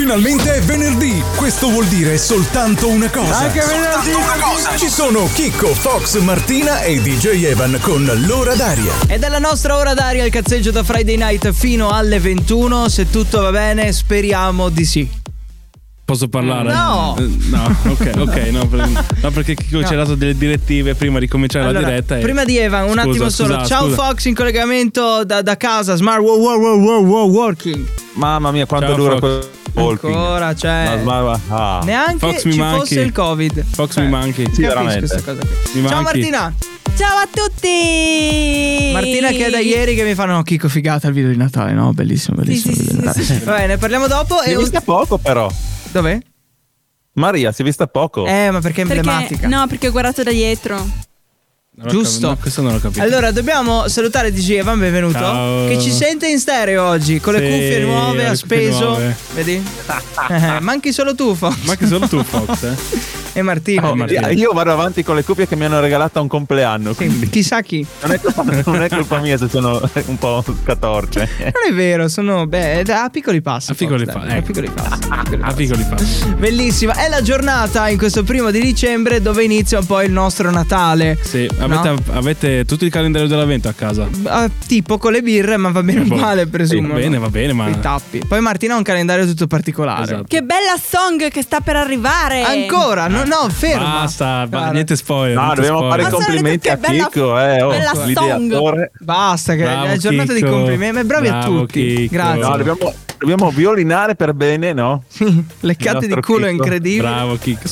Finalmente è venerdì, questo vuol dire soltanto una cosa. Anche venerdì Ci sono Chicco, Fox, Martina e DJ Evan con l'ora d'aria. E dalla nostra ora d'aria il cazzeggio da Friday Night fino alle 21. Se tutto va bene, speriamo di sì. Posso parlare? No. No, no, perché Chicco ci ha dato delle direttive prima di cominciare la diretta. Prima di Evan, un attimo solo. Ciao scusa. Fox in collegamento da casa. Smart working. Mamma mia, quanto Ciao, dura Fox. quel walking. Ancora, cioè. Neanche Fox, mi ci manchi. fosse il Covid. Fox, mi manchi. Sì, Capisco veramente. questa cosa qui. Mi Ciao manchi. Martina. Ciao a tutti! Martina che è da ieri che mi fanno no, Chicco figata il video di Natale, no? Bellissimo. Sì. Va bene, parliamo dopo. Si è vista poco però. Dov'è? Maria, si è vista poco. Ma perché è emblematica. No, perché ho guardato da dietro. Giusto. No, questo non l'ho capito. Allora dobbiamo salutare DJ Evan, benvenuto. Ciao. Che ci sente in stereo oggi con le Sì, cuffie nuove, le ha cuffie speso. nuove. Vedi? Manchi solo tu, Fox. Ma che solo tu, Fox, E Martino. Martina. Io vado avanti con le cuffie che mi hanno regalato a un compleanno. Sì, Quindi chissà chi. non è colpa mia se sono un po' scatorce. Non è vero, sono a piccoli passi. A piccoli Fox, passi, dai, ecco. a piccoli passi. A piccoli passi. Bellissima. È la giornata in questo 1 di dicembre dove inizia un po' il nostro Natale. Sì, No? avete tutto il calendario dell'avvento a casa? Tipo con le birre, ma va bene uguale, presumo. Va bene, ma I tappi. Poi Martina ha un calendario tutto particolare. Esatto. Che bella song che sta per arrivare! Ancora? No, ferma. Basta, Cara. niente spoiler. No, niente dobbiamo spoiler. fare Ma complimenti a sarà detto che Chicco, bella l'ideatore. Basta, che Bravo, è giornata di Chicco. complimenti. Ma bravi a Bravo, tutti. Chicco. Grazie. No, dobbiamo violinare per bene, no? Leccate Il di nostro culo Chicco. incredibili. Bravo, Chicco.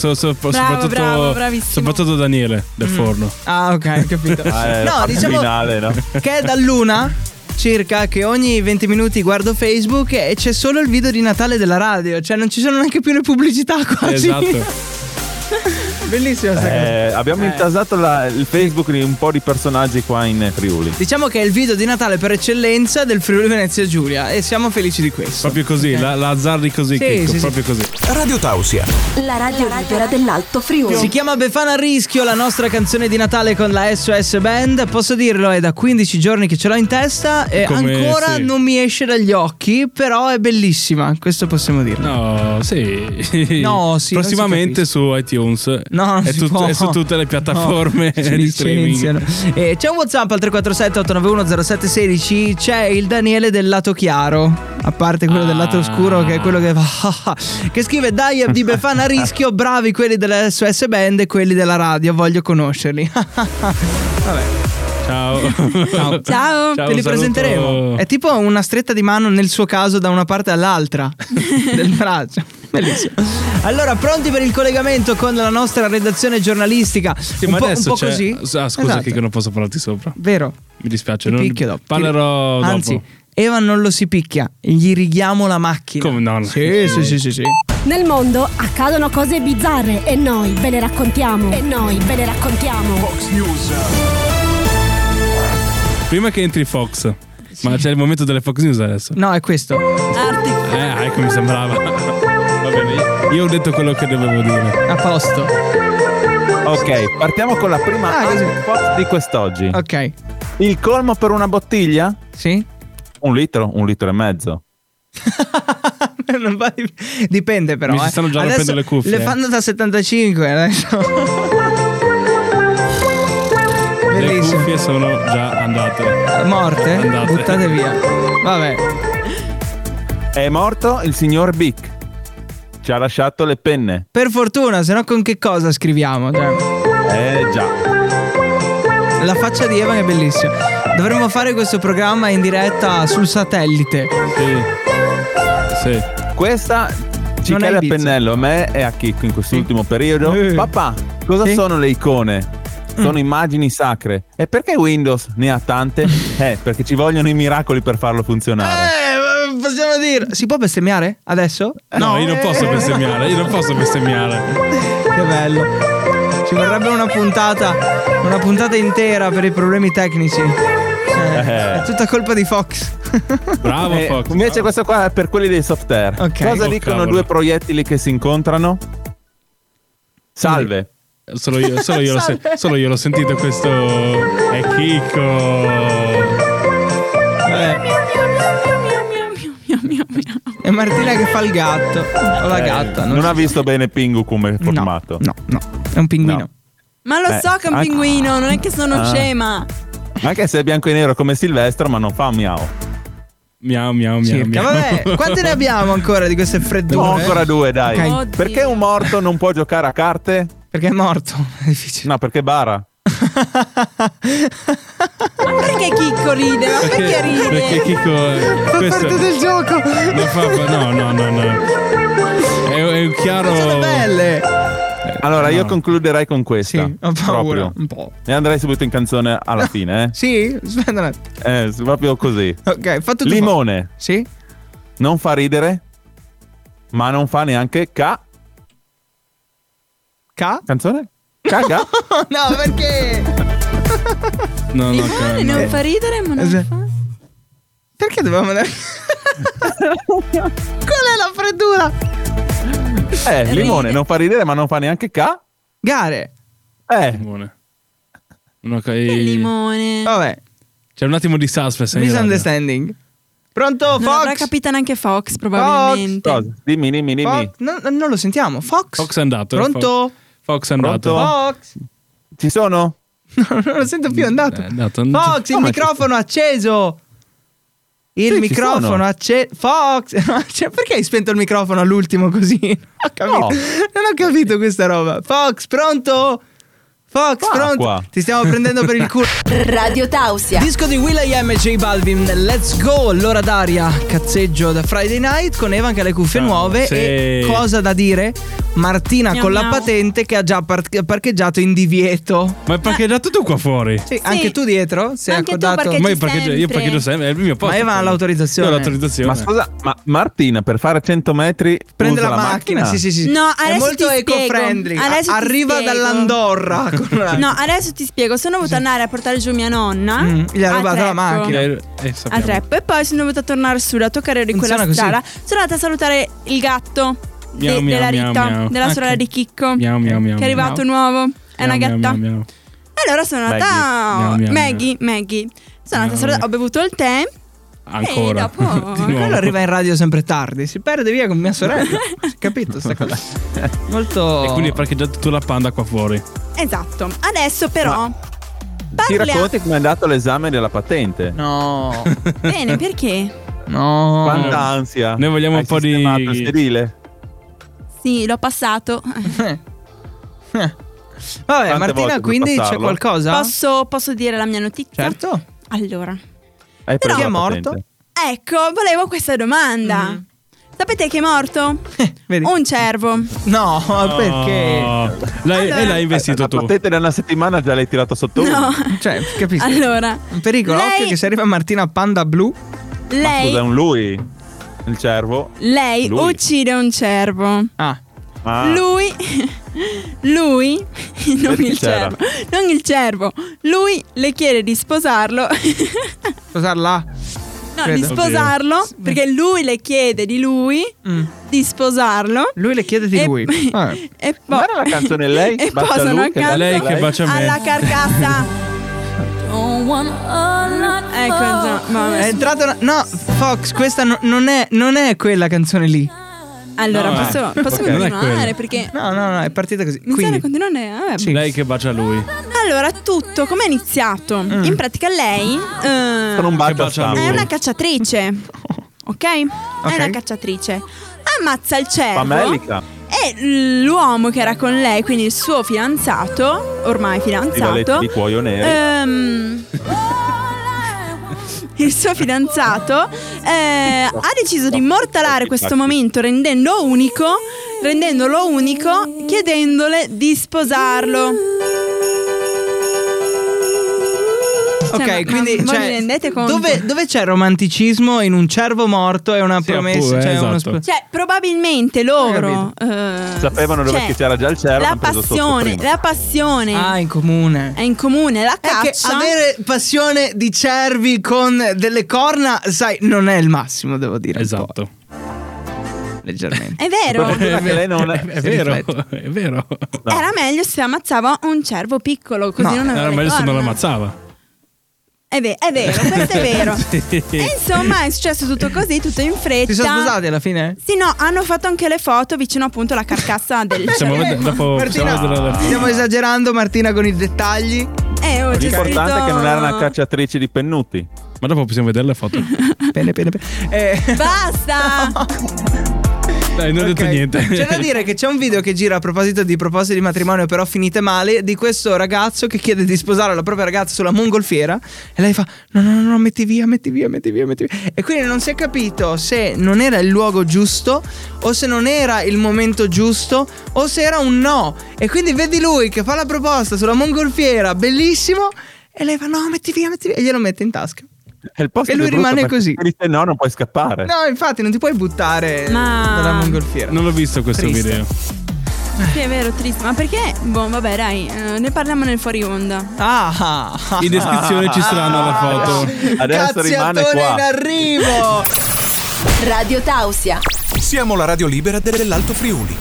Bravo, bravissimo. Soprattutto Daniele del forno. Ah, ok, ho capito. No, diciamo Finale, no? che è dall'una circa che ogni 20 minuti guardo Facebook e c'è solo il video di Natale della radio. Cioè non ci sono neanche più le pubblicità quasi. Esatto. Bellissima sta cosa. Abbiamo intasato il Facebook di un po' di personaggi qua in Friuli. Diciamo che è il video di Natale per eccellenza del Friuli Venezia Giulia e siamo felici di questo. Proprio così, Ok. la azzardi così, Sì, Chicco, sì, proprio così. Radio Tausia. La radio libera dell'Alto Friuli. Si chiama Befana a rischio, la nostra canzone di Natale con la SOS Band. Posso dirlo, è da 15 giorni che ce l'ho in testa e Come ancora sì. non mi esce dagli occhi, però è bellissima, questo possiamo dirlo. No, sì. No, sì, Prossimamente non si su iTunes. No, non e si può. su tutte le piattaforme No, ci di streaming. licenziano. C'è un WhatsApp al 347 891 0716. C'è il Daniele del lato chiaro, a parte quello del lato oscuro che è quello che fa che scrive: dai di Befana a rischio, bravi quelli della SOS Band e quelli della radio, voglio conoscerli. Vabbè. Ciao. Ciao. Ciao, Te li saluto. presenteremo. È tipo una stretta di mano nel suo caso da una parte all'altra del braccio. Bellissimo. Allora, pronti per il collegamento con la nostra redazione giornalistica? Sì, un ma po', adesso un po' c'è... così? Scusa Esatto. che non posso parlarti sopra. Vero. Mi dispiace, Ti non picchio dopo. parlerò dopo. Anzi, Evan non lo si picchia, gli righiamo la macchina. Come no? Sì. Nel mondo accadono cose bizzarre e noi ve le raccontiamo. Prima che entri Fox. Ma c'è il momento delle Fox News adesso. No, è questo. Ecco, mi sembrava. Va bene, io ho detto quello che dovevo dire. A posto. Ok, partiamo con la prima così. Fox di quest'oggi. Ok. Il colmo per una bottiglia? Sì? 1 litro, 1 litro e mezzo. Non va dipende però. Mi si stanno già Adesso rompendo le cuffie. Le fanno da 75 adesso. Le Bellissimo. cuffie sono già andate. Morte? Andate. Buttate via. Vabbè. È morto il signor Bic. Ci ha lasciato le penne. Per fortuna, se no con che cosa scriviamo? Cioè, Già. la faccia di Evan è bellissima. Dovremmo fare questo programma in diretta sul satellite. Sì. Questa ci Non è cade a Ibiza. pennello a me e a Chicco in quest'ultimo periodo. Papà, cosa Sì? sono le icone? Sono immagini sacre. E perché Windows ne ha tante? Perché ci vogliono i miracoli per farlo funzionare. Possiamo dire. Si può bestemmiare adesso? No, io non posso bestemmiare. Che bello. Ci vorrebbe una puntata intera per i problemi tecnici. È tutta colpa di Fox. Bravo Fox. Invece questo qua è per quelli dei software. Ok. Cosa Oh, dicono cavolo. due proiettili che si incontrano? Salve. Solo io l'ho sentito questo. È Chicco. E Martina che fa il gatto. O la gatta. Non ha visto bene Pingu come è formato. No, è un pinguino. No. Ma lo so che è un pinguino, non è che sono scema. Anche se è bianco e nero come Silvestro, ma non fa miau. Miau. Vabbè, quante ne abbiamo ancora di queste freddure? No, ancora 2, dai. Ok. Oddio. Perché un morto non può giocare a carte? Perché è morto. È difficile. No, perché bara. Ma perché Chicco ride? Ma perché ride? Perché Chicco Fa questo parte del gioco. no. È un chiaro. Sono belle. Allora, io concluderei con questa. Sì, ho paura. Proprio. Un po'. E andrei subito in canzone alla fine, Sì? Aspetta un attimo. proprio così. Ok, fatto tutto. Limone Sì? non fa ridere, ma non fa neanche canzone? Caga? No, perché? No, Limone non fa ridere, ma non fa. Perché dovevamo andare? Qual è la freddura? Limone non fa ridere, ma non fa neanche Gare. Limone. No, Che limone. Vabbè. c'è un attimo di suspense. Misunderstanding. Pronto, Non Fox? avrà capita neanche Fox, probabilmente. Cosa? Dimmi. Fox? Non lo sentiamo. Fox? Fox è andato. Pronto? Fox è andato. Pronto? Fox? Ci sono? Non lo sento più, è andato. È andato. Fox, il microfono acceso. Il Sì, microfono ci sono. acceso. Fox, cioè, perché hai spento il microfono all'ultimo così? Non ho capito. No. Non ho capito questa roba. Fox, pronto? Fox, Qua, pronto? qua. Ti stiamo prendendo per il culo. Radio Tausia. Disco di will.i.am e J Balvin, Let's Go, l'ora d'aria, cazzeggio da Friday Night con Evan che ha le cuffie nuove sì. e cosa da dire? Martina Miau con la miau. patente che ha già parcheggiato in divieto. Ma è parcheggiato tu qua fuori? Sì, anche tu dietro? Sei Anche tu accodato? perché Ma ci io sempre. parcheggio sempre, è il mio posto. Ma Evan ha l'autorizzazione. Io ho l'autorizzazione. Ma scusa, ma Martina per fare 100 metri Prende usa la macchina. Sì. No, È adesso molto ti spiego. eco-friendly. Adesso ti Arriva spiego. dall'Andorra. Con la... No, adesso ti spiego. Sono dovuta andare a portare giù mia nonna. Gli ha a rubato la Treppo. macchina. A Sappiamo. Treppo. E poi sono dovuta tornare su da toccare di quella Funziona così. strada. Sono andata a salutare il gatto Miau, miau, della miau, Rita, miau. della sorella Ok. di Chicco. Miau, miau, miau, Che è arrivato miau. nuovo. È una Miau, gatta. miau, miau. Allora sono andata. Miau, miau, Maggie. Sono andata a salutare. Ho bevuto il tè. Ancora. E dopo- Di nuovo. Quello arriva in radio sempre tardi. Si perde via con mia sorella. Capito sta cosa? Molto. E quindi hai parcheggiato tu la Panda qua fuori. Esatto. Adesso però. Ti racconti come è andato l'esame della patente? No. Bene, perché? No. Quanta ansia. Noi vogliamo Hai un po' di- sistemato il sedile? Sì, l'ho passato. Vabbè, Quante Martina, volte quindi puoi c'è passarlo? qualcosa? Posso dire la mia notizia? Certo. Allora, Hai preso Chi è la morto? patente? ecco, volevo questa domanda. Sapete chi è morto? Vedi? Un cervo. No, perché? Oh. Allora- E l'hai investito La tu. patente da una settimana già l'hai tirato sotto uno. No. Cioè, capisco. Allora, Un pericolo, lei- occhio che se arriva Martina Panda blu. Ma lei, scusa, è un lui? Il cervo? lei Lui. uccide un cervo. Ah, Ah, Lui, non Vedi il chi c'era? cervo, non il cervo. Lui le chiede di sposarlo. sposarla. No, Credo. di sposarlo, perché lui le chiede di lui di sposarlo. Lui le chiede di E- lui. Vabbè. E Ma poi era la canzone Lei? E Bacia posano lui, che accanto Lei che bacia me. alla carcassa. Ecco, già, È vabbè. entrata una... No, Fox, questa non è quella canzone lì. Allora, No, posso ok, non è continuare quello. perché No, è partita così. iniziare Quindi, a continuare. Vabbè. Sì. Lei che bacia lui. Allora, tutto come è iniziato? In pratica lei Con un bacio a bacia stampo. lui. è una cacciatrice. Ok? È una cacciatrice. Ammazza il cervo. Famelica. E l'uomo che era con lei, quindi il suo fidanzato, ormai Stivaletti fidanzato, di cuoio neri. il suo fidanzato ha deciso di immortalare questo momento rendendolo unico, chiedendole di sposarlo. ok, Cioè, quindi ma cioè, vi rendete conto? dove c'è romanticismo in un cervo morto e una Sì, promessa? appunto, Cioè, esatto. Cioè, probabilmente loro Sapevano dove cioè, che c'era già il cervo. La l'hanno preso sotto passione, prima. la passione Ah, in comune. è in comune, la È che caccia. avere passione di cervi con delle corna, sai, non è il massimo, devo dire. un po', Esatto. leggermente. È vero. Fortuna che lei non È vero, è vero. Era meglio se ammazzava un cervo piccolo, così No, non aveva Era le meglio se non corna. l'ammazzava. È vero, questo è vero. E insomma è successo tutto così, tutto in fretta. Si sono sposati alla fine? Sì, no, hanno fatto anche le foto vicino appunto alla carcassa del Martina, stiamo esagerando, Martina, con i dettagli. L'importante è che non era una cacciatrice di pennuti. Ma dopo possiamo vedere le foto. Bene. Basta. Dai, non ho detto niente. C'è da dire che c'è un video che gira a proposito di proposte di matrimonio però finite male, di questo ragazzo che chiede di sposare la propria ragazza sulla mongolfiera e lei fa no, metti via. E quindi non si è capito se non era il luogo giusto o se non era il momento giusto o se era un no. E quindi vedi lui che fa la proposta sulla mongolfiera, bellissimo, e lei fa no, metti via e glielo mette in tasca. E lui rimane così. Se no, non puoi scappare. No, infatti non ti puoi buttare dalla mongolfiera. Non l'ho visto questo Triste. video. Sì, è vero, triste. Ma perché? Boh, vabbè, dai, ne parliamo nel fuori onda. In descrizione ci saranno le foto. Adesso rimane Cazziatone qua. in arrivo. Radio Tausia. Siamo la radio libera dell'Alto Friuli.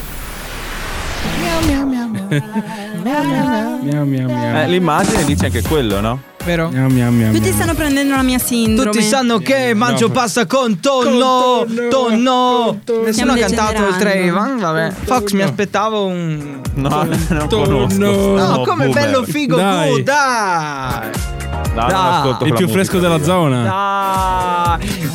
L'immagine dice anche quello, no? Vero? Tutti stanno prendendo la mia sindrome. Tutti sanno che mangio pasta con tonno. Nessuno Stiamo ha cantato il degenerando. Trayvon. Vabbè. Fox, mi aspettavo un. No, non Tonno. conosco. No, come boomer. bello figo. Dai. Good, dai. No, non ascolto Il quella più musica. fresco della zona. Dai.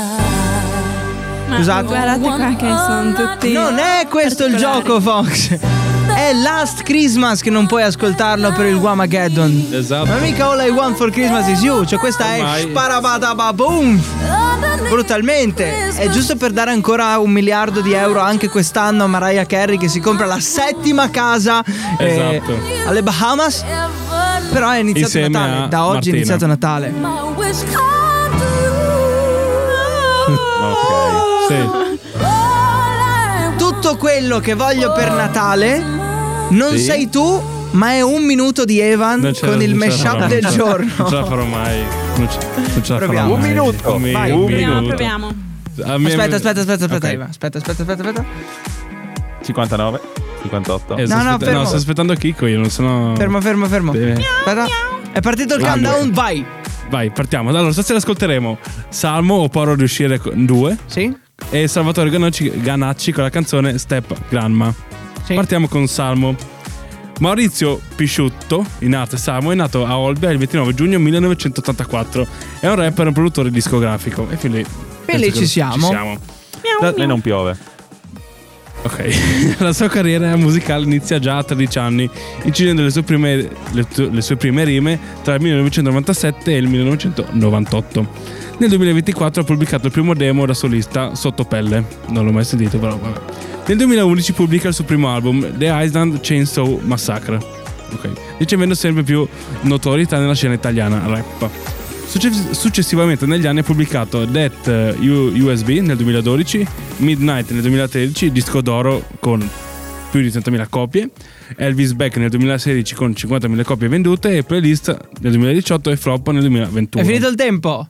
Ma Scusate. guardate qua che sono tutti. Non è questo il particolari. gioco, Fox. È Last Christmas che non puoi ascoltarlo per il Guamageddon. Esatto. Ma mica All I Want for Christmas is You. Cioè questa è Ormai. sparabadababoom. Brutalmente. È giusto per dare ancora $1 miliardo anche quest'anno a Mariah Carey, che si compra la 7ª casa Esatto. alle Bahamas. Però è iniziato Insieme Natale. a Da oggi Martina. è iniziato Natale. Ok. Sì. Tutto quello che voglio per Natale non Sì? sei tu, ma è 1 minuto di Evan Non ce con la- il non ce la mashup farò. del Non ce giorno. la farò mai. Non ce la farò Proviamo. mai. Un minuto. Vai, Un Proviamo, minuto. proviamo. A me- Aspetta, Ok. Eva. Aspetta. 59, 58. Sto No, fermo. sto aspettando Kiko, io non sono. Fermo. Bene. Aspetta. È partito il Vai. countdown, vai. Vai, partiamo. Allora, stasera ascolteremo Salmo o Poro riuscire 2 Sì? e Salvatore Ganacci con la canzone Step Grandma. Sì. Partiamo con Salmo. Maurizio Pisciutto, in arte Salmo, è nato a Olbia il 29 giugno 1984. È un rapper e un produttore discografico. E fin lì, penso che ci siamo. E non piove. Ok, la sua carriera musicale inizia già a 13 anni, incidendo le sue prime rime tra il 1997 e il 1998. Nel 2024 ha pubblicato il primo demo da solista, Sottopelle. Non l'ho mai sentito, però vabbè. Nel 2011 pubblica il suo primo album, The Island Chainsaw Massacre, ricevendo sempre più notorietà nella scena italiana rap. Successivamente negli anni ha pubblicato That USB nel 2012, Midnight nel 2013, disco d'oro con più di 30.000 copie, Elvis Back nel 2016 con 50.000 copie vendute e Playlist nel 2018 e Flop nel 2021. È finito il tempo.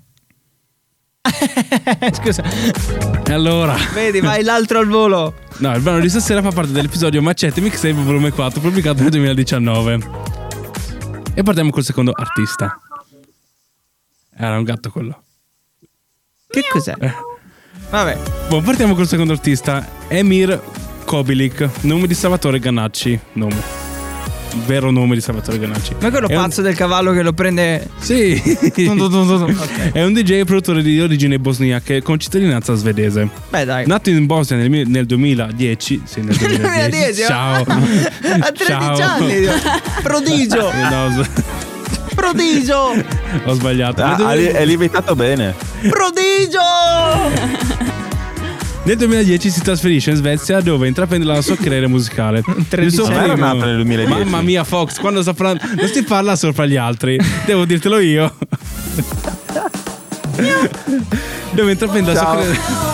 Scusa. E allora, Vedi, vai l'altro al volo. no, il brano di stasera fa parte dell'episodio Macete Mixtape volume 4 pubblicato nel 2019. E partiamo col secondo artista. Era un gatto quello. Che cos'è? Vabbè. Boh, partiamo col secondo artista, Emir Kobilik, nome di Salvatore Ganacci. Nome. Il vero nome di Salvatore Ganacci. Ma quello È pazzo del cavallo che lo prende. Sì. Ok. È un DJ e produttore di origine bosniache con cittadinanza svedese. Beh, dai. Nato in Bosnia nel 2010. Sì, nel 2010. Ciao. A 13 Ciao. anni. Prodigio. No, Prodigio. ho sbagliato. È lievitato bene. Prodigio. Nel 2010 si trasferisce in Svezia dove intraprende la sua carriera musicale. Il suo Non era nato nel 2010. Mamma mia, Fox, quando non si parla sopra gli altri. Devo dirtelo io. Dove intraprende la sua carriera.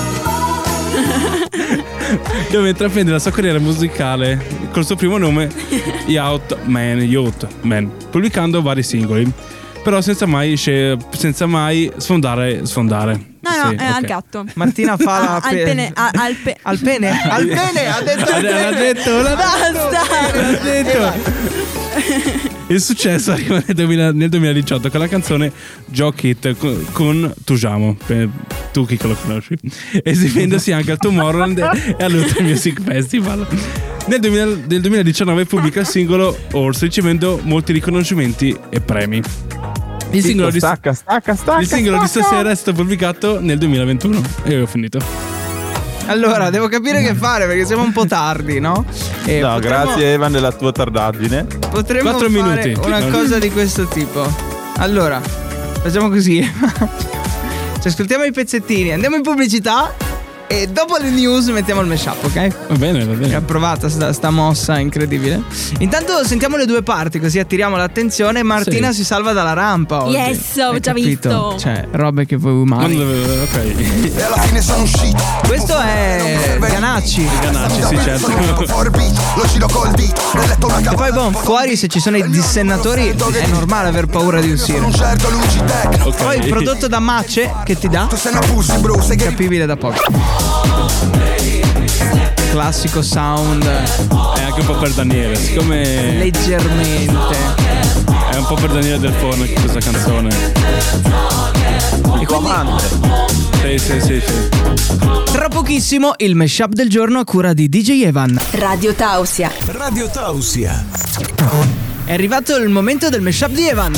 Dove intraprende la sua carriera musicale col suo primo nome Yacht Man, pubblicando vari singoli, però senza mai sfondare. No, Sì, è al ok. gatto. Martina fa la Al pene. Al pene? Al pene? Ha detto al L'ha pene. detto, l'ha Basta. detto. Il successo arriva nel 2018 con la canzone Jock It con Tujamo, tu chi lo conosci, esibendosi anche al Tomorrowland e all'Ultra Music Festival. Nel 2019 pubblica il singolo Horse, ricevendo molti riconoscimenti e premi. Il singolo di stasera è stato pubblicato nel 2021 e ho finito. Allora, devo capire che fare perché siamo un po' tardi, no? No, grazie Evan della tua tardaggine. Potremmo 4 fare minuti. una cosa di questo tipo. Allora, facciamo così. Ci ascoltiamo i pezzettini, andiamo in pubblicità e dopo le news mettiamo il mashup, ok? Va bene. È approvata sta mossa incredibile. Intanto sentiamo le due parti così attiriamo l'attenzione. Martina si salva dalla rampa oggi. Yes, ho Hai già capito? visto. Cioè, robe che voi umani. Ok. Questo è Ganacci. Ganacci, sì, certo. E poi fuori se ci sono i dissennatori è normale aver paura di uscire. Ok. Poi prodotto da Mace che ti dà capibile da poco. Classico sound. È anche un po' per Daniele, siccome Leggermente. è un po' per Daniele Del Forno anche questa canzone. E quindi Sì. tra pochissimo il mashup del giorno a cura di DJ Evan. Radio Tausia. Radio Tausia. È arrivato il momento del mashup di Evan.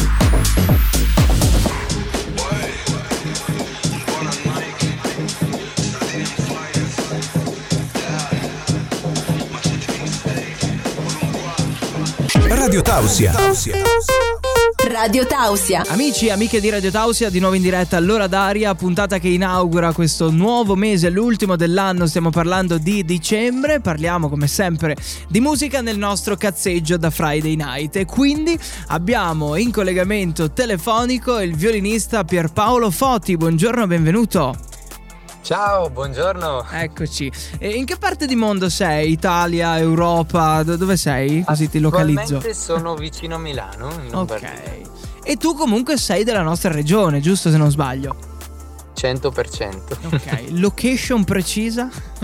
Radio Tausia. Radio Tausia. Amici e amiche di Radio Tausia, di nuovo in diretta all'ora d'aria, puntata che inaugura questo nuovo mese, l'ultimo dell'anno, stiamo parlando di dicembre, parliamo come sempre di musica nel nostro cazzeggio da Friday Night e quindi abbiamo in collegamento telefonico il violinista Pierpaolo Foti. Buongiorno, benvenuto. Ciao, buongiorno. Eccoci. E in che parte di mondo sei? Italia, Europa? Dove sei? Così ti localizzo. Attualmente sono vicino a Milano, in Lombardia. Ok. E tu comunque sei della nostra regione, giusto se non sbaglio? 100%. Ok. Location precisa?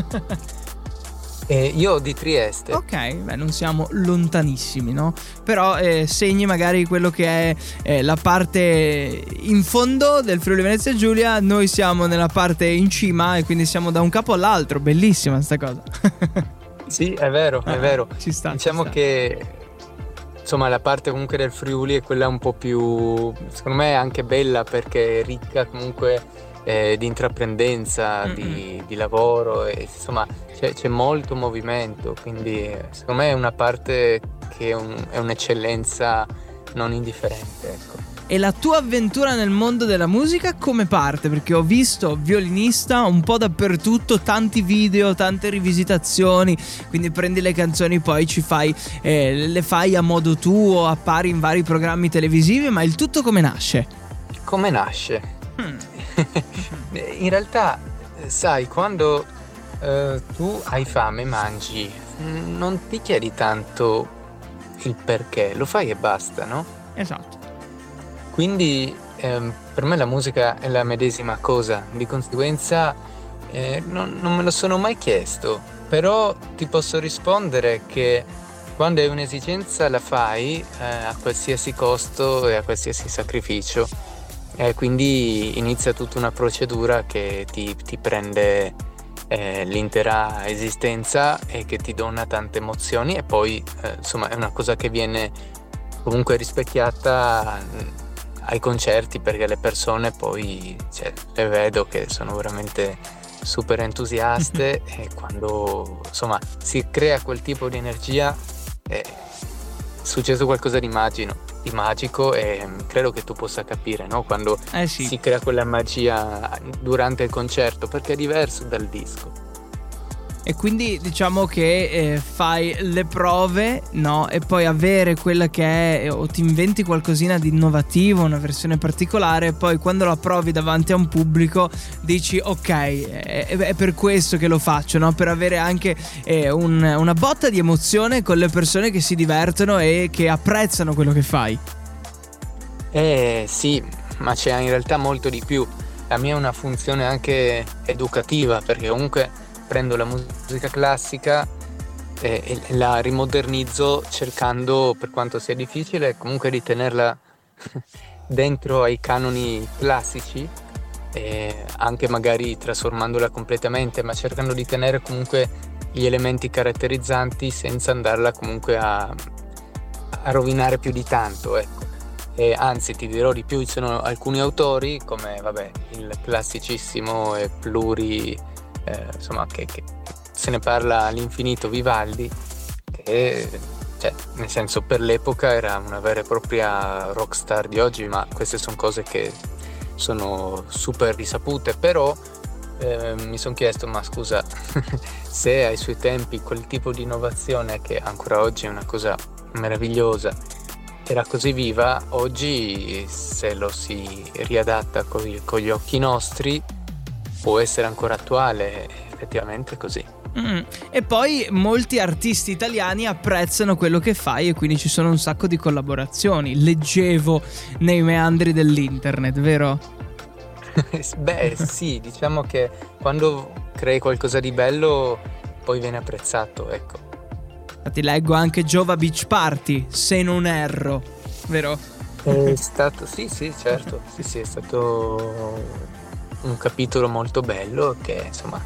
Io di Trieste. Ok, beh, non siamo lontanissimi, no? Però segni magari quello che è la parte in fondo del Friuli Venezia Giulia. Noi siamo nella parte in cima e quindi siamo da un capo all'altro. Bellissima sta cosa. Sì, è vero, è vero. Ci sta. Diciamo ci sta. che insomma la parte comunque del Friuli è quella un po' più, secondo me, anche bella perché è ricca comunque di intraprendenza, di lavoro e insomma c'è molto movimento, quindi secondo me è una parte che è un'eccellenza non indifferente, ecco. E la tua avventura nel mondo della musica come parte? Perché ho visto violinista un po' dappertutto, tanti video, tante rivisitazioni, quindi prendi le canzoni poi le fai a modo tuo, appari in vari programmi televisivi, ma il tutto come nasce? Come nasce? In realtà, sai, quando tu hai fame, mangi, non ti chiedi tanto il perché, lo fai e basta, no? Esatto. Quindi per me la musica è la medesima cosa, di conseguenza non me lo sono mai chiesto, però ti posso rispondere che quando hai un'esigenza la fai a qualsiasi costo e a qualsiasi sacrificio. Quindi inizia tutta una procedura che ti prende l'intera esistenza e che ti dona tante emozioni e poi insomma è una cosa che viene comunque rispecchiata ai concerti perché le persone poi le vedo che sono veramente super entusiaste e quando insomma si crea quel tipo di energia è successo qualcosa di magico e credo che tu possa capire, no? Quando Sì. si crea quella magia durante il concerto, perché è diverso dal disco. E quindi diciamo che fai le prove, no? E poi avere quella che è, o ti inventi qualcosina di innovativo, una versione particolare, e poi quando la provi davanti a un pubblico dici ok, è per questo che lo faccio, no? Per avere anche una botta di emozione con le persone che si divertono e che apprezzano quello che fai. Sì, ma c'è in realtà molto di più. La mia è una funzione anche educativa, perché comunque prendo la musica classica la rimodernizzo cercando, per quanto sia difficile, comunque di tenerla dentro ai canoni classici, anche magari trasformandola completamente, ma cercando di tenere comunque gli elementi caratterizzanti senza andarla comunque a rovinare più di tanto, ecco. E anzi, ti dirò di più, ci sono alcuni autori come il classicissimo e insomma che se ne parla all'infinito, Vivaldi, che nel senso per l'epoca era una vera e propria rockstar di oggi, ma queste sono cose che sono super risapute. Però mi sono chiesto, ma scusa, se ai suoi tempi quel tipo di innovazione, che ancora oggi è una cosa meravigliosa, era così viva, oggi se lo si riadatta con gli occhi nostri può essere ancora attuale, effettivamente così. E poi molti artisti italiani apprezzano quello che fai e quindi ci sono un sacco di collaborazioni. Leggevo nei meandri dell'internet, vero? Beh sì, diciamo che quando crei qualcosa di bello poi viene apprezzato, ecco. Ti leggo anche Jova Beach Party, se non erro, vero? È stato, sì, certo, sì, è stato un capitolo molto bello che insomma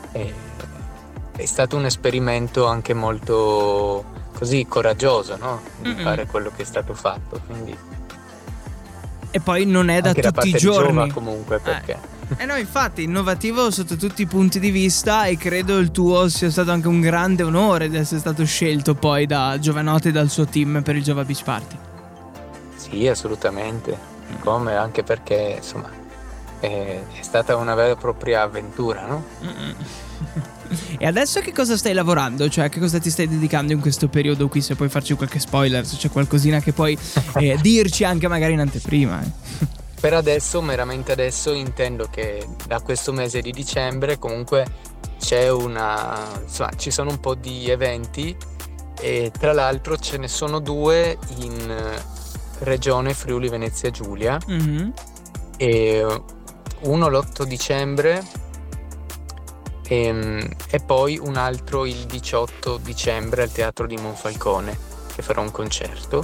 è stato un esperimento anche molto così coraggioso, no? Di fare quello che è stato fatto, quindi. E poi non è da anche tutti i da parte giorni. di Giova comunque, perché no, infatti, innovativo sotto tutti i punti di vista, e credo il tuo sia stato anche un grande onore di essere stato scelto poi da Giovanotti e dal suo team per il Jova Beach Party. Sì, assolutamente. Come anche perché insomma è stata una vera e propria avventura, no? E adesso che cosa stai lavorando? Cioè, che cosa ti stai dedicando in questo periodo qui? Se puoi farci qualche spoiler, se c'è qualcosina che puoi dirci anche magari in anteprima. Per adesso, meramente adesso, intendo che da questo mese di dicembre comunque c'è ci sono un po' di eventi, e tra l'altro ce ne sono 2 in regione Friuli Venezia Giulia, e uno l'8 dicembre e poi un altro il 18 dicembre al Teatro di Monfalcone, che farò un concerto,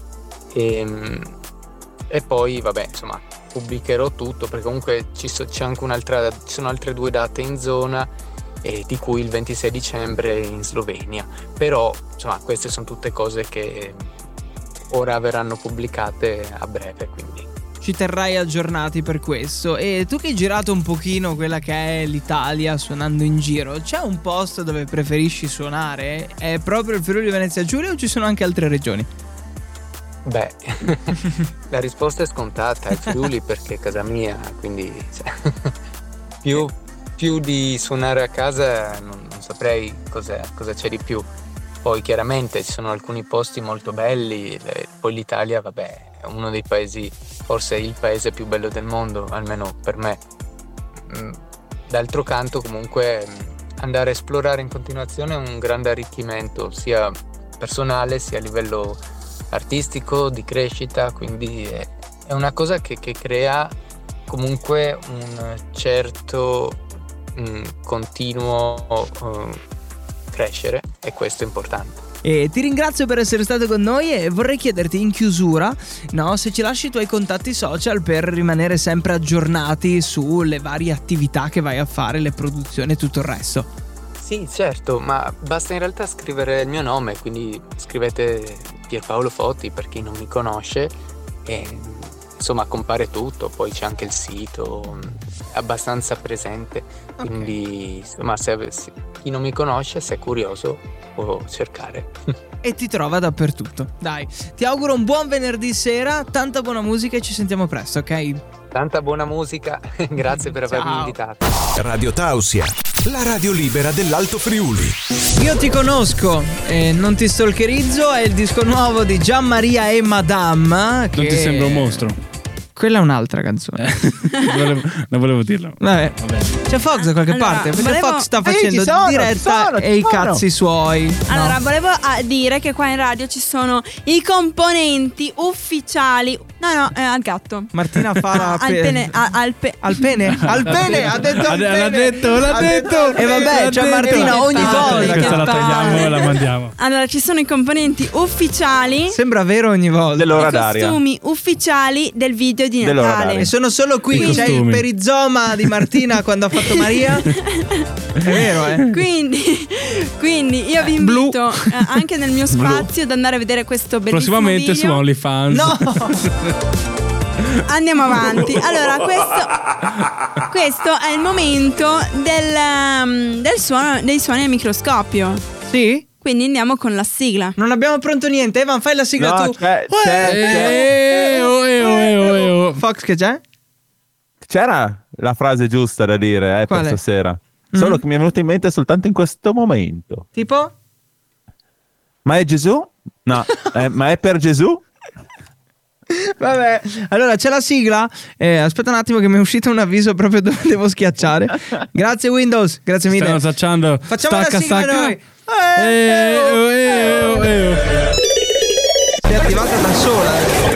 e poi insomma pubblicherò tutto, perché comunque c'è anche ci sono altre 2 date in zona, di cui il 26 dicembre in Slovenia. Però insomma queste sono tutte cose che ora verranno pubblicate a breve, quindi ci terrai aggiornati per questo. E tu che hai girato un pochino quella che è l'Italia suonando in giro, c'è un posto dove preferisci suonare? È proprio il Friuli Venezia Giulia o ci sono anche altre regioni? Beh, la risposta è scontata, è Friuli perché è casa mia, quindi più di suonare a casa non saprei cosa c'è di più. Poi chiaramente ci sono alcuni posti molto belli, poi l'Italia è uno dei paesi, forse il paese più bello del mondo, almeno per me. D'altro canto comunque andare a esplorare in continuazione è un grande arricchimento, sia personale sia a livello artistico, di crescita, quindi è una cosa che crea comunque un certo continuo crescere, e questo è importante. E ti ringrazio per essere stato con noi, e vorrei chiederti in chiusura, se ci lasci i tuoi contatti social per rimanere sempre aggiornati sulle varie attività che vai a fare, le produzioni e tutto il resto. Sì, certo, ma basta in realtà scrivere il mio nome, quindi scrivete Pierpaolo Foti per chi non mi conosce, e insomma compare tutto. Poi c'è anche il sito, abbastanza presente, quindi insomma se chi non mi conosce, se è curioso, può cercare. E ti trova dappertutto. Dai, ti auguro un buon venerdì sera, tanta buona musica e ci sentiamo presto, ok? Tanta buona musica, grazie per avermi invitato. Radio Tausia, la radio libera dell'Alto Friuli. Io ti conosco e non ti stalkerizzo, è il disco nuovo di Gianmaria e Madame. Non ti sembra un mostro? Quella è un'altra canzone. Non volevo dirlo. Vabbè. C'è Fox da qualche parte, perché Fox sta facendo diretta e i cazzi suoi. Allora, volevo dire che qua in radio ci sono i componenti ufficiali No, al gatto. Martina fa la Al pene. Al pene? Al pene, ha detto al L'ha pene. detto. E vabbè, cioè Martina ogni volta. Questa la tagliamo e la mandiamo. Allora, ci sono i componenti ufficiali. Sembra vero ogni volta. Dell'ora I d'aria. costumi ufficiali del video di Dell'ora Natale. d'aria. E sono solo qui. I C'è il costumi. perizoma di Martina quando ha fatto Maria. È vero, Quindi io vi Blu. invito anche nel mio spazio ad andare a vedere questo bellissimo Prossimamente su video. OnlyFans. No! Andiamo avanti. Allora, questo è il momento dei suoni al microscopio. Sì? Quindi andiamo con la sigla. Non abbiamo pronto niente. Evan, fai la sigla No, tu. Fox, che c'è? C'era la frase giusta da dire per Quale? stasera. Solo che mi è venuta in mente soltanto in questo momento. Tipo? Ma è Gesù? No, ma è per Gesù? Vabbè, allora c'è la sigla. Aspetta un attimo che mi è uscito un avviso proprio dove devo schiacciare. Grazie Windows, grazie mille. Stanno tacciando. Facciamo Stacca, la sigla stacca. noi. Si è attivata da sola.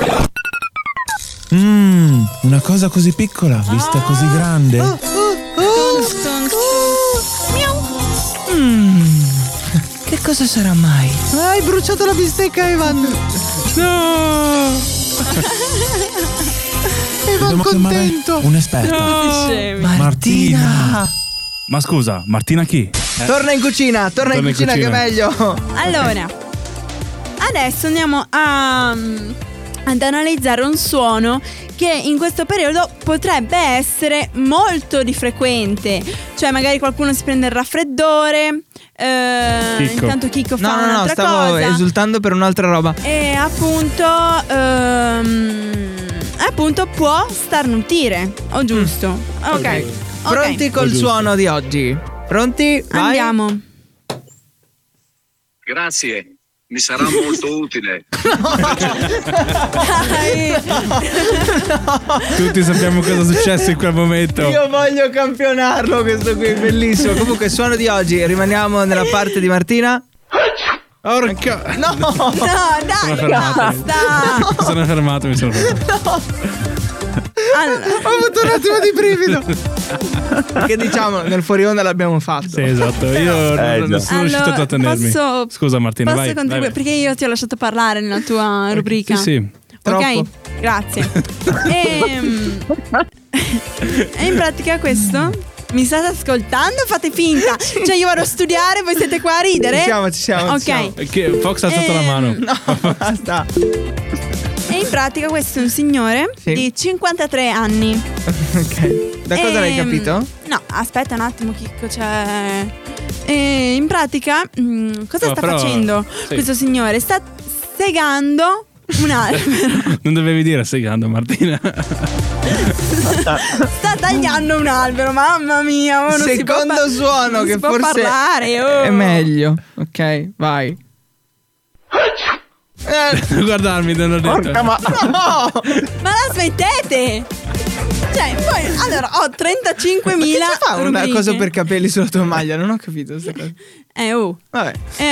Una cosa così piccola, vista così grande. Che cosa sarà mai? Hai bruciato la bistecca, Evan. No! Evan Dobbiamo chiamare contento. un esperto. Martina. Ma scusa, Martina chi? Torna in cucina, torna in cucina che è meglio. Allora, adesso andiamo ad analizzare un suono che in questo periodo potrebbe essere molto di frequente. Cioè magari qualcuno si prende il raffreddore. Intanto Chicco fa un'altra stavo cosa. esultando per un'altra roba. E appunto può starnutire. O giusto? Ok. Pronti col suono di oggi? Pronti? Vai. Andiamo. Grazie, mi sarà molto utile. Tutti sappiamo cosa è successo in quel momento. Io voglio campionarlo questo qui, bellissimo. Comunque suono di oggi, rimaniamo nella parte di Martina. Orca. No, No, dai, basta. Mi sono fermato. Allora, ho avuto un attimo di brivido. Perché diciamo nel fuori onda l'abbiamo fatto. Sì, esatto. Io non sono riuscito a trattenermi. Scusa Martina, posso vai. contribuire? Perché io ti ho lasciato parlare nella tua rubrica. Sì. Ok, grazie. E in pratica questo. Mi state ascoltando? Fate finta. Cioè io vado a studiare, voi siete qua a ridere? Ci siamo. Ok. Che Fox ha alzato la mano. No, basta. E in pratica questo è un signore di 53 anni. Ok. Da cosa l'hai capito? No, aspetta un attimo Chicco, cioè... E in pratica cosa sta facendo questo signore? Sta segando un albero. Non dovevi dire segando, Martina. Sta tagliando un albero, mamma mia. Oh, Secondo suono che può forse parlare, oh. è meglio. Ok, vai. Guardarmi, non ho detto. No! Ma la smettete? Cioè, poi allora ho 35.000. Che fa una rubriche. cosa per capelli sulla tua maglia? Non ho capito questa cosa. Vabbè.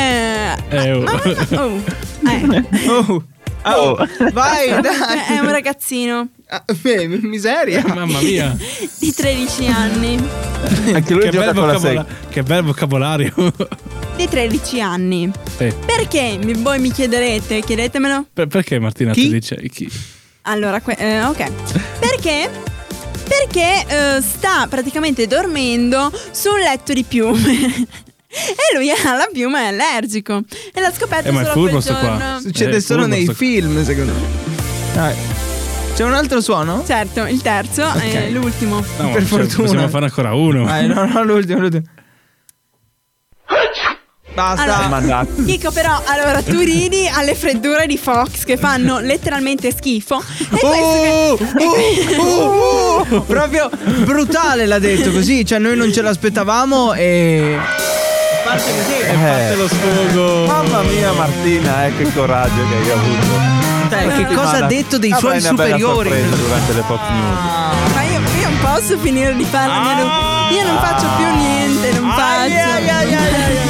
Vai, dai. È un ragazzino. Miseria. Mamma mia. Di 13 anni. Anche lui gioca con la sega. Che bel vocabolario. Di 13 anni. Sì. Perché? Voi mi chiederete, chiedetemelo. Perché Martina ti dice chi? Allora, ok. Perché sta praticamente dormendo su un letto di piume. E lui alla piuma è allergico. E l'ha scoperto ma è solo furbo quel sto giorno. qua. Succede solo nei film, secondo me. Dai. C'è un altro suono? Certo, il terzo è l'ultimo. No, per fortuna. Possiamo fare ancora uno. No, l'ultimo. Basta. Allora, Chico, però, allora tu ridi alle freddure di Fox che fanno letteralmente schifo. E proprio brutale l'ha detto così. Cioè noi non ce l'aspettavamo e parte così. Fate lo sfogo. Mamma mia Martina, che coraggio che hai avuto. Che cosa ha detto dei suoi superiori durante le Fox News. Ma io non posso finire di fare la mia rubrica. Io non faccio più niente, non faccio.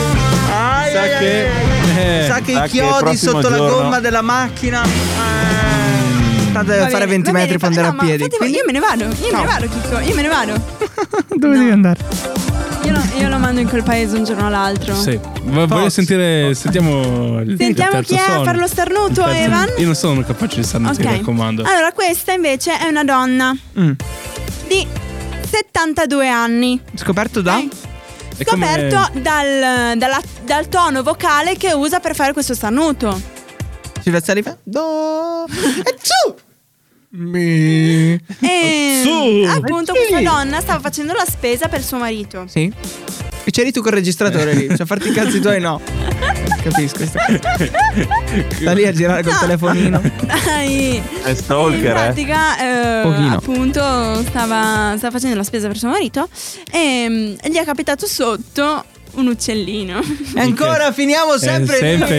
Sa che i chiodi sotto la gomma della macchina. Tanto deve fare 20 metri per andare a piedi. Quindi io me ne vado, Chicco, io me ne vado. Dove devi andare? Io lo mando in quel paese un giorno o l'altro. Sì. Voglio sentiamo Sentiamo chi è a fare lo starnuto, Evan. Io non sono capace di starnuti, mi raccomando. Allora, questa invece è una donna di 72 anni. Scoperto da? Scoperto dal tono vocale che usa per fare questo starnuto. Si fa do e su. Mi. E appunto questa donna stava facendo la spesa per suo marito. Sì. E c'eri tu col registratore lì. Cioè farti i cazzi tuoi no. Capisco. Sta lì a girare col telefonino. Dai. È stalker, in pratica appunto stava facendo la spesa per suo marito e gli è capitato sotto un uccellino. E ancora finiamo sempre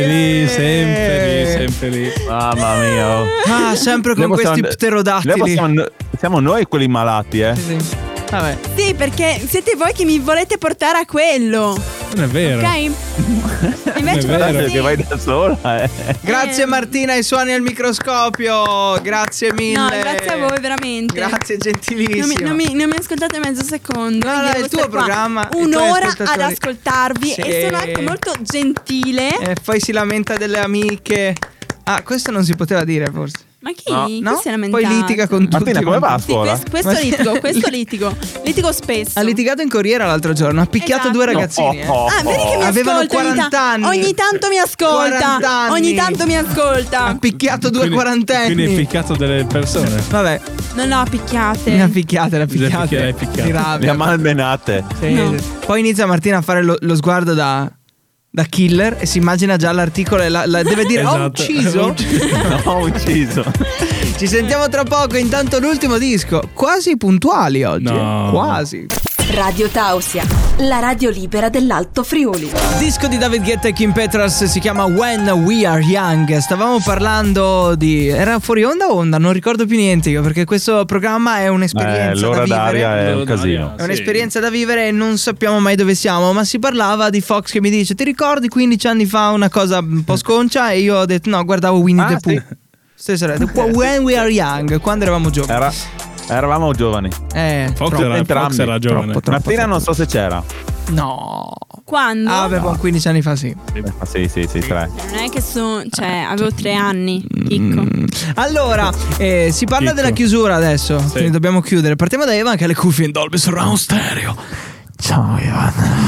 lì. Mamma mia. Ah, sempre con questi pterodattili. Siamo noi quelli malati, Sì. Vabbè. Sì, perché siete voi che mi volete portare a quello. Non è vero. Ok? Invece che vai da sola. Grazie Martina ai suoni al microscopio. Grazie mille. No, grazie a voi veramente. Grazie gentilissimo. Non mi ascoltate mezzo secondo. No, è il tuo programma. Un'ora ad ascoltarvi e sono anche molto gentile. E poi si lamenta delle amiche. Ah, questo non si poteva dire forse. Ma chi? No? Chi si è lamentato? Poi litiga con tutti. Martina, come va a scuola? Sì, questo litigo. Litigo spesso. Ha litigato in corriera l'altro giorno. Ha picchiato due ragazzini. Vedi che mi avevano ascolta 40 anni. Ogni tanto mi ascolta. 40 anni. Ogni tanto mi ascolta. Ha picchiato due quarantenni. Quindi hai picchiato delle persone. Vabbè. Non l'ho picchiate. Le ha picchiate. Le rabbia. ha malmenate. Sì. No. Poi inizia Martina a fare lo sguardo da killer e si immagina già l'articolo e deve dire ho ucciso. Ho ucciso. Ci sentiamo tra poco. Intanto l'ultimo disco. Quasi puntuali oggi. No. Quasi. Radio Tausia, la radio libera dell'Alto Friuli. Disco di David Guetta e Kim Petras, si chiama When We Are Young. Stavamo parlando di... Era fuori onda o onda? Non ricordo più niente io, perché questo programma è un'esperienza da l'ora vivere. d'aria è un casino. È un'esperienza da vivere e non sappiamo mai dove siamo. Ma si parlava di Fox che mi dice: ti ricordi 15 anni fa una cosa un po' sconcia? E io ho detto no, guardavo Winnie the Pooh. Stessa When We Are Young, quando eravamo giovani. Eravamo giovani. Fox era giovane. Troppo. Martina non so se c'era. No. Quando? Avevo 15 anni fa, sì. Sì, 3. Non è che avevo 3 anni, Chicco. Allora, si parla della chiusura adesso. Sì. Quindi dobbiamo chiudere. Partiamo da Evan che ha le cuffie in Dolby Surround Stereo. Ciao Evan.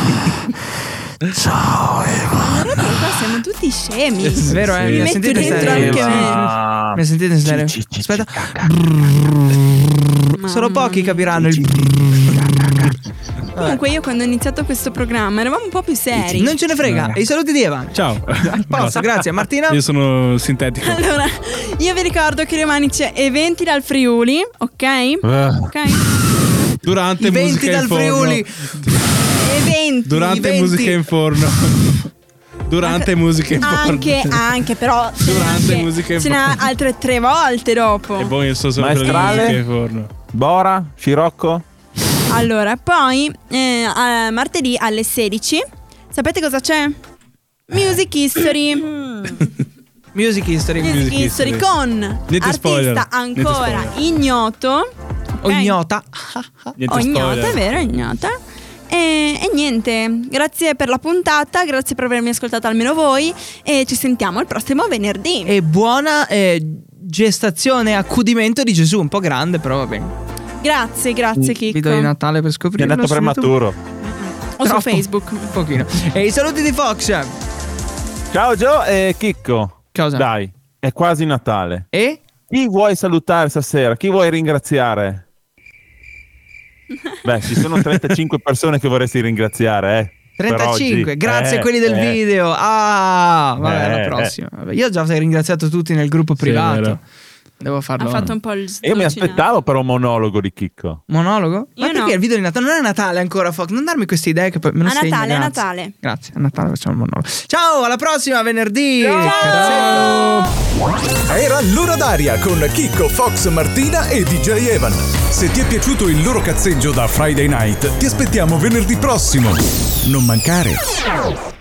Ciao Evan. Guardate, qua siamo tutti scemi. È vero, Mi metto sentite in dentro stereo? anche me. Mi sentite in stereo? Aspetta. Solo pochi capiranno il. Comunque io quando ho iniziato questo programma eravamo un po' più seri. Non ce ne frega. E i saluti di Evan. Ciao. Posso, grazie. Martina? Io sono sintetico. Allora, io vi ricordo che domani c'è eventi dal Friuli, ok? Ok. Durante Eventi musica dal in forno. Friuli. Eventi. Durante musica in forno. Durante musica in forno. Anche però Durante musica in ce n'ha forno. altre 3 volte dopo. E poi io so sempre Maestrale? musica in forno. Bora, Scirocco. Allora, poi martedì alle 16 sapete cosa c'è? Music History. Music History. Con Niente artista spoiler. ancora Niente ignoto. O ignota. Niente Ignota, spoiler. è vero, ignota. E niente, grazie per la puntata, grazie per avermi ascoltato almeno voi e ci sentiamo il prossimo venerdì. E buona gestazione e accudimento di Gesù, un po' grande però va bene. Grazie Chicco. Video di Natale per Ti scoprire. è andato prematuro. O su Facebook. Un pochino. E i saluti di Fox. Ciao Gio e Chicco. Cosa? Dai, è quasi Natale. E? Chi vuoi salutare stasera? Chi vuoi ringraziare? Beh, ci sono 35 persone che vorresti ringraziare, 35, grazie a quelli del video. Ah, vabbè, la prossima. Vabbè, io ho già ringraziato tutti nel gruppo privato. vero. Devo farlo. Ha fatto un po' il Io mi aspettavo però un monologo di Chicco. Monologo? Ma Io perché no. il video di Natale? Non è Natale ancora, Fox. Non darmi queste idee che poi me lo A segno, Natale, a grazie. Natale. Grazie, a Natale facciamo il monologo. Ciao, alla prossima venerdì. Era l'ora d'aria con Chicco, Fox, Martina e DJ Evan. Se ti è piaciuto il loro cazzeggio da Friday Night, ti aspettiamo venerdì prossimo. Non mancare.